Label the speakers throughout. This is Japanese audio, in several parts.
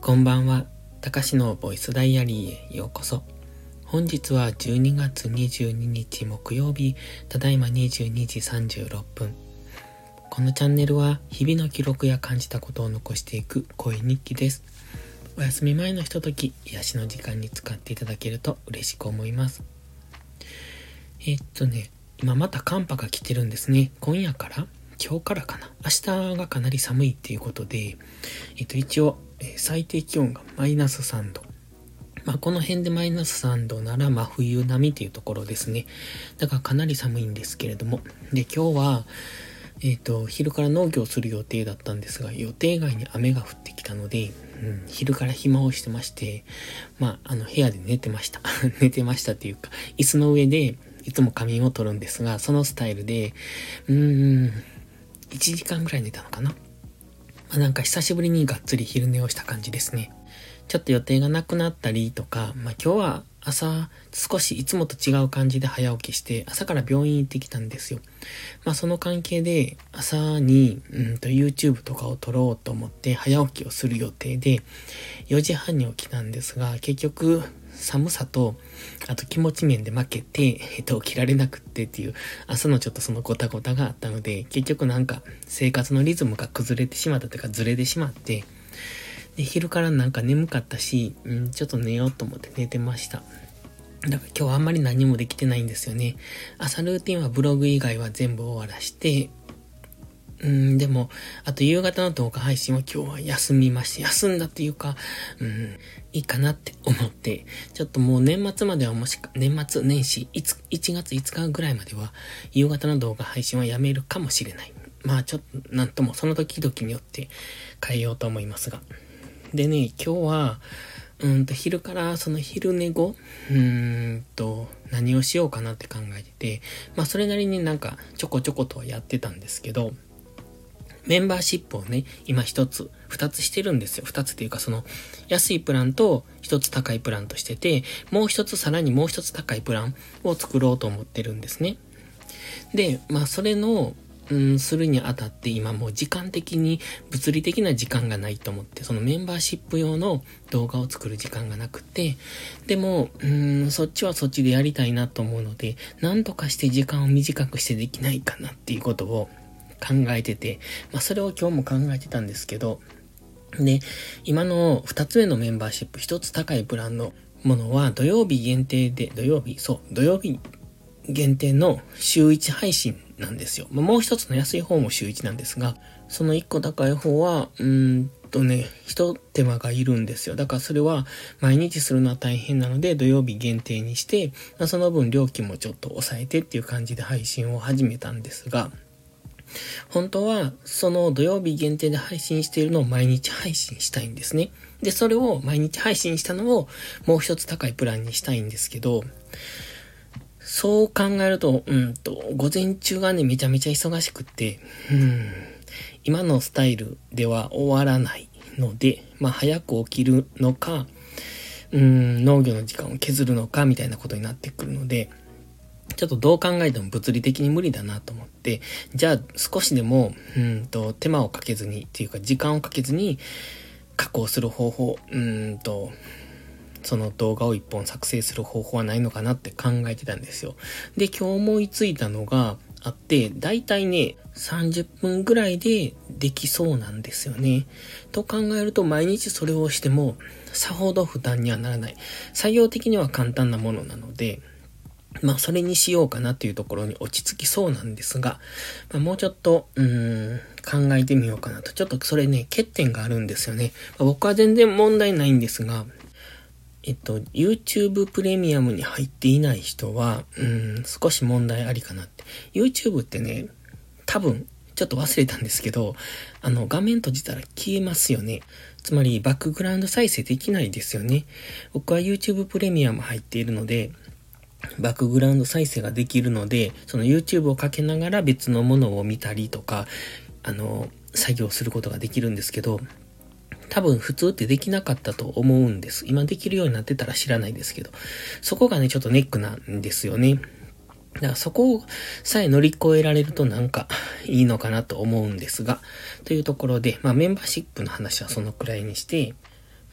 Speaker 1: こんばんは。たかしのボイスダイアリーへようこそ。本日は12月22日木曜日、ただいま22時36分。このチャンネルは日々の記録や感じたことを残していく声日記です。お休み前のひととき、癒しの時間に使っていただけると嬉しく思います。今また寒波が来てるんですね。今日からかな。明日がかなり寒いっていうことで、一応、最低気温がマイナス3度。この辺でマイナス3度なら真冬並みっていうところですね。だからかなり寒いんですけれども。で、今日は、昼から農業する予定だったんですが、予定外に雨が降ってきたので、昼から暇をしてまして、部屋で寝てました。寝てましたっていうか、椅子の上でいつも仮眠を取るんですが、そのスタイルで、1時間ぐらい寝たのかな。久しぶりにがっつり昼寝をした感じですね。ちょっと予定がなくなったりとか、今日は朝少しいつもと違う感じで早起きして朝から病院行ってきたんですよ。その関係で朝にYouTube とかを撮ろうと思って早起きをする予定で4時半に起きたんですが、結局寒さとあと気持ち面で負けて起きられなくってっていう朝のちょっとそのゴタゴタがあったので、結局生活のリズムが崩れてしまったというかずれてしまって、で昼から眠かったし、ちょっと寝ようと思って寝てました。だから今日あんまり何もできてないんですよね。朝ルーティンはブログ以外は全部終わらして、でも、あと夕方の動画配信は今日は休みまして、休んだっていうか、いいかなって思って、ちょっともう年末までは年末年始、1月5日ぐらいまでは、夕方の動画配信はやめるかもしれない。ちょっと、なんともその時々によって変えようと思いますが。でね、今日は、昼からその昼寝後、何をしようかなって考えてて、それなりにちょこちょことはやってたんですけど、メンバーシップをね、今2つしてるんですよ。2つっていうか安いプランと1つ高いプランとしてて、さらにもう1つ高いプランを作ろうと思ってるんですね。で、それの、するにあたって今もう時間的に物理的な時間がないと思って、そのメンバーシップ用の動画を作る時間がなくて、でも、そっちはそっちでやりたいなと思うので、なんとかして時間を短くしてできないかなっていうことを考えてて、それを今日も考えてたんですけど、で、今の2つ目のメンバーシップ、1つ高いプランのものは土曜日限定限定の週1配信なんですよ。もう一つの安い方も週1なんですが、その1個高い方は、一手間がいるんですよ。だからそれは毎日するのは大変なので土曜日限定にして、その分料金もちょっと抑えてっていう感じで配信を始めたんですが、本当はその土曜日限定で配信しているのを毎日配信したいんですね。で、それを毎日配信したのをもう一つ高いプランにしたいんですけど、そう考えると、午前中がね、めちゃめちゃ忙しくって、今のスタイルでは終わらないので、早く起きるのか、農業の時間を削るのか、みたいなことになってくるので、ちょっとどう考えても物理的に無理だなと思って、じゃあ少しでも、手間をかけずに、っていうか時間をかけずに加工する方法、その動画を一本作成する方法はないのかなって考えてたんですよ。で、今日思いついたのがあって、だいたいね、30分ぐらいでできそうなんですよね。と考えると毎日それをしてもさほど負担にはならない。作業的には簡単なものなので、それにしようかなっていうところに落ち着きそうなんですが、もうちょっと、考えてみようかなと。ちょっとそれね、欠点があるんですよね。僕は全然問題ないんですが、YouTube プレミアムに入っていない人は、少し問題ありかなって。YouTube ってね、多分、ちょっと忘れたんですけど、画面閉じたら消えますよね。つまり、バックグラウンド再生できないですよね。僕は YouTube プレミアム入っているので、バックグラウンド再生ができるので、その YouTube をかけながら別のものを見たりとか、作業することができるんですけど、多分普通ってできなかったと思うんです。今できるようになってたら知らないですけど。そこがね、ちょっとネックなんですよね。だからそこさえ乗り越えられるといいのかなと思うんですが。というところで、メンバーシップの話はそのくらいにして、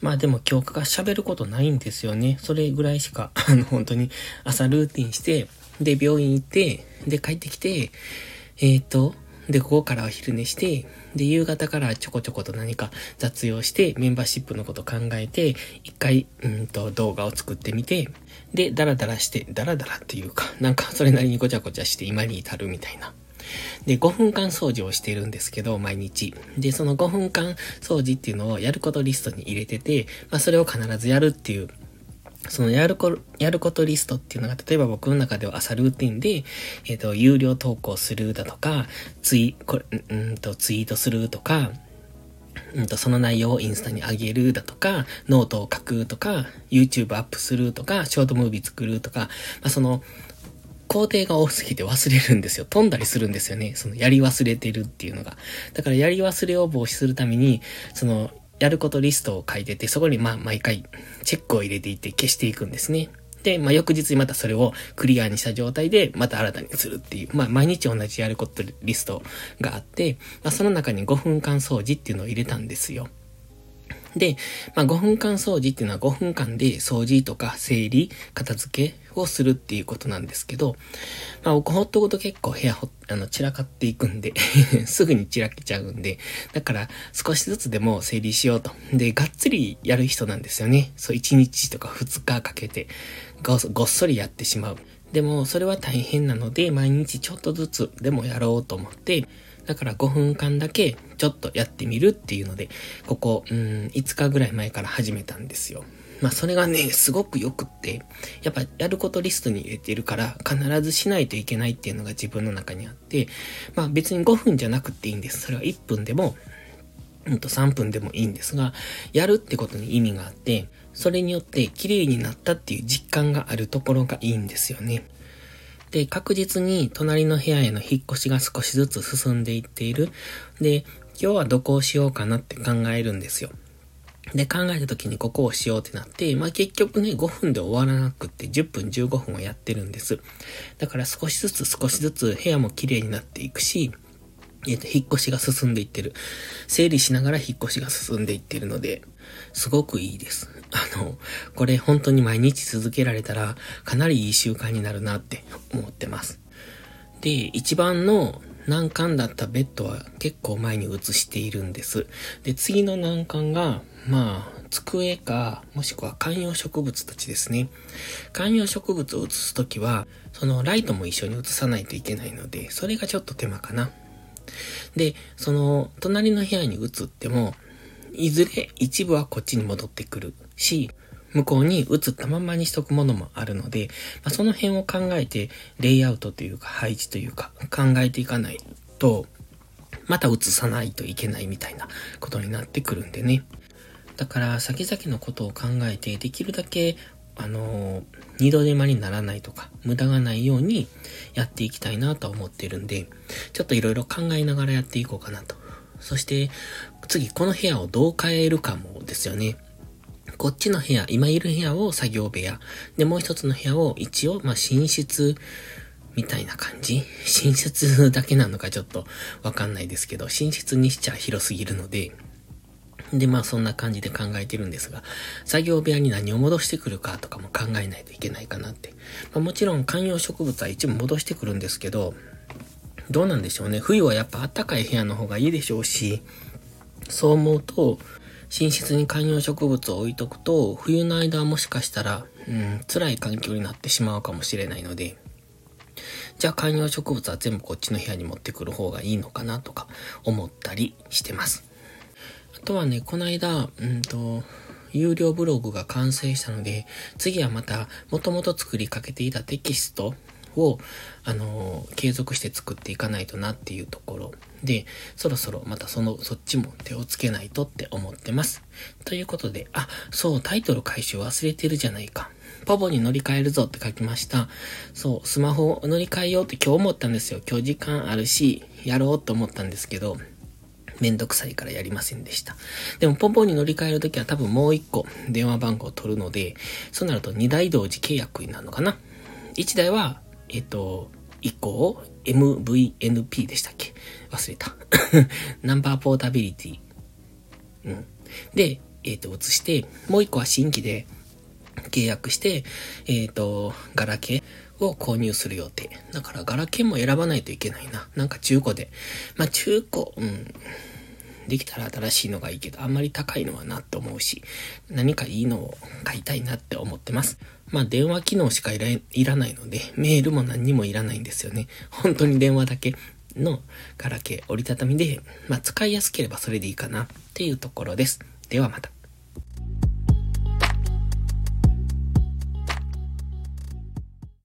Speaker 1: まあでも今日から喋ることないんですよね。それぐらいしか、本当に朝ルーティンして、で、病院行って、で、帰ってきて、で、ここからは昼寝して、で、夕方からちょこちょこと何か雑用して、メンバーシップのこと考えて、一回、動画を作ってみて、で、ダラダラっていうか、なんかそれなりにごちゃごちゃして今に至るみたいな。で、5分間掃除をしてるんですけど、毎日。で、その5分間掃除っていうのをやることリストに入れてて、まあそれを必ずやるっていう、そのやることリストっていうのが、例えば僕の中では朝ルーティンで、有料投稿するだとか、ツイートするとか、その内容をインスタに上げるだとか、ノートを書くとか、YouTube アップするとか、ショートムービー作るとか、まあその、工程が多すぎて忘れるんですよ。飛んだりするんですよね。そのやり忘れてるっていうのが。だからやり忘れを防止するために、そのやることリストを書いてて、そこに毎回チェックを入れていって消していくんですね。で、翌日にまたそれをクリアにした状態でまた新たにするっていう、毎日同じやることリストがあって、その中に5分間掃除っていうのを入れたんですよ。で、5分間掃除っていうのは5分間で掃除とか整理、片付けをするっていうことなんですけど、僕ほっとくと結構部屋散らかっていくんで、すぐに散らけちゃうんで、だから少しずつでも整理しようと。で、がっつりやる人なんですよね。そう1日とか2日かけてごっそりやってしまう。でもそれは大変なので、毎日ちょっとずつでもやろうと思って、だから5分間だけちょっとやってみるっていうので、ここ、5日ぐらい前から始めたんですよ。それがね、すごく良くって、やっぱやることリストに入れてるから、必ずしないといけないっていうのが自分の中にあって、別に5分じゃなくていいんです。それは1分でも、3分でもいいんですが、やるってことに意味があって、それによって綺麗になったっていう実感があるところがいいんですよね。で、確実に隣の部屋への引っ越しが少しずつ進んでいっている。で、今日はどこをしようかなって考えるんですよ。で、考えた時にここをしようってなって、結局ね、5分で終わらなくって10分15分はやってるんです。だから少しずつ部屋も綺麗になっていくし、引っ越しが進んでいってる。整理しながら引っ越しが進んでいってるので、すごくいいです。これ本当に毎日続けられたら、かなりいい習慣になるなって思ってます。で、一番の難関だったベッドは結構前に移しているんです。で、次の難関が、机か、もしくは観葉植物たちですね。観葉植物を移すときは、そのライトも一緒に移さないといけないので、それがちょっと手間かな。で、その、隣の部屋に移っても、いずれ一部はこっちに戻ってくるし、向こうに移ったまんまにしとくものもあるので、その辺を考えて、レイアウトというか配置というか考えていかないと、また移さないといけないみたいなことになってくるんでね。だから先々のことを考えて、できるだけ二度手間にならないとか、無駄がないようにやっていきたいなと思ってるんで、ちょっといろいろ考えながらやっていこうかなと。そして、次この部屋をどう変えるかもですよね。こっちの部屋、今いる部屋を作業部屋。で、もう一つの部屋を一応、寝室みたいな感じ。寝室だけなのかちょっとわかんないですけど、寝室にしちゃ広すぎるので、で、そんな感じで考えてるんですが、作業部屋に何を戻してくるかとかも考えないといけないかなって。もちろん観葉植物は一部戻してくるんですけど、どうなんでしょうね。冬はやっぱ暖かい部屋の方がいいでしょうし、そう思うと、寝室に観葉植物を置いとくと、冬の間はもしかしたら、辛い環境になってしまうかもしれないので、じゃあ観葉植物は全部こっちの部屋に持ってくる方がいいのかなとか思ったりしてます。あとはね、この間、有料ブログが完成したので、次はまた元々作りかけていたテキストを、継続して作っていかないとなっていうところで、そろそろまたそっちも手をつけないとって思ってます。ということで、そう、タイトル回収忘れてるじゃないか。ポポに乗り換えるぞって書きました。そう、スマホを乗り換えようって今日思ったんですよ。今日時間あるし、やろうと思ったんですけど、めんどくさいからやりませんでした。でも、ポンポンに乗り換えるときは多分もう一個電話番号を取るので、そうなると2台同時契約になるのかな。1台は、1個を MVNP でしたっけ忘れた。ナンバーポータビリティ。で、 移して、もう一個は新規で契約して、ガラケーを購入する予定。だからガラケーも選ばないといけないな。なんか中古で。まあ中古、できたら新しいのがいいけど、あんまり高いのはなって思うし、何かいいのを買いたいなって思ってます。まあ電話機能しかいらないので、メールも何にもいらないんですよね。本当に電話だけのガラケー折りたたみで、まあ使いやすければそれでいいかなっていうところです。ではまた。